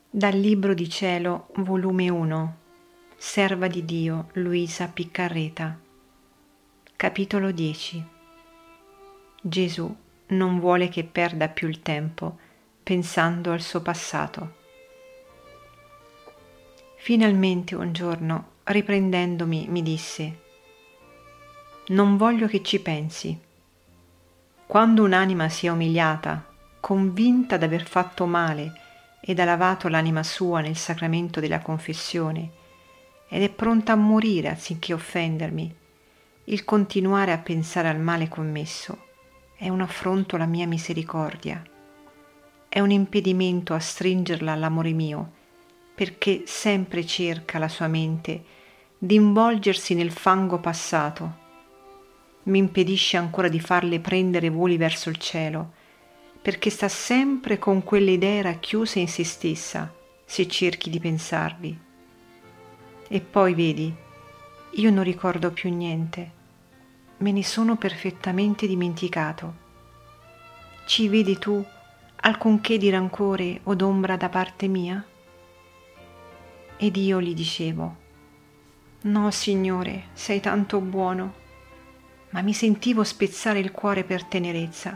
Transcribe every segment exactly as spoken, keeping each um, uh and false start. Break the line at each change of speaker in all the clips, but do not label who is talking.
Dal Libro di Cielo, volume uno, Serva di Dio Luisa Piccarreta. Capitolo dieci. Gesù non vuole che perda più il tempo pensando al suo passato. Finalmente un giorno, riprendendomi, mi disse: «Non voglio che ci pensi. Quando un'anima si è umiliata, convinta d'aver fatto male ed ha lavato l'anima sua nel sacramento della confessione ed è pronta a morire anziché offendermi, il continuare a pensare al male commesso è un affronto alla mia misericordia, è un impedimento a stringerla all'amore mio, perché sempre cerca la sua mente di involgersi nel fango passato. Mi impedisce ancora di farle prendere voli verso il cielo, perché sta sempre con quelle idee racchiuse in se stessa, se cerchi di pensarvi. E poi vedi, io non ricordo più niente, me ne sono perfettamente dimenticato. Ci vedi tu alcunché di rancore o d'ombra da parte mia?» Ed io gli dicevo: «No, Signore, sei tanto buono», ma mi sentivo spezzare il cuore per tenerezza.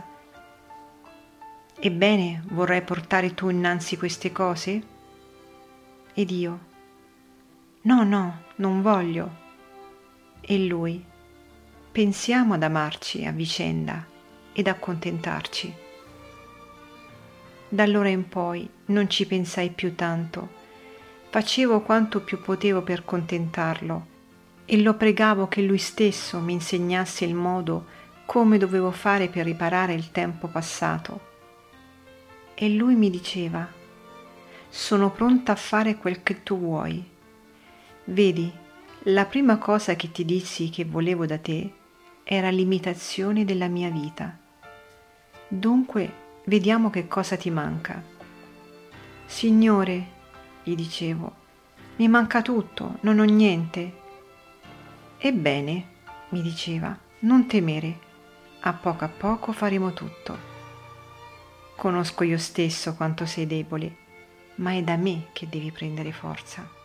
«Ebbene, vorrai portare tu innanzi queste cose?» Ed io: «No, no, non voglio». E lui: «Pensiamo ad amarci a vicenda ed accontentarci». D'allora in poi non ci pensai più tanto, facevo quanto più potevo per contentarlo e lo pregavo che lui stesso mi insegnasse il modo come dovevo fare per riparare il tempo passato. E lui mi diceva: «Sono pronta a fare quel che tu vuoi. Vedi, la prima cosa che ti dissi che volevo da te era l'imitazione della mia vita. Dunque vediamo che cosa ti manca». «Signore», gli dicevo, «mi manca tutto, non ho niente». «Ebbene», mi diceva, «non temere, a poco a poco faremo tutto. Conosco io stesso quanto sei debole, ma è da me che devi prendere forza».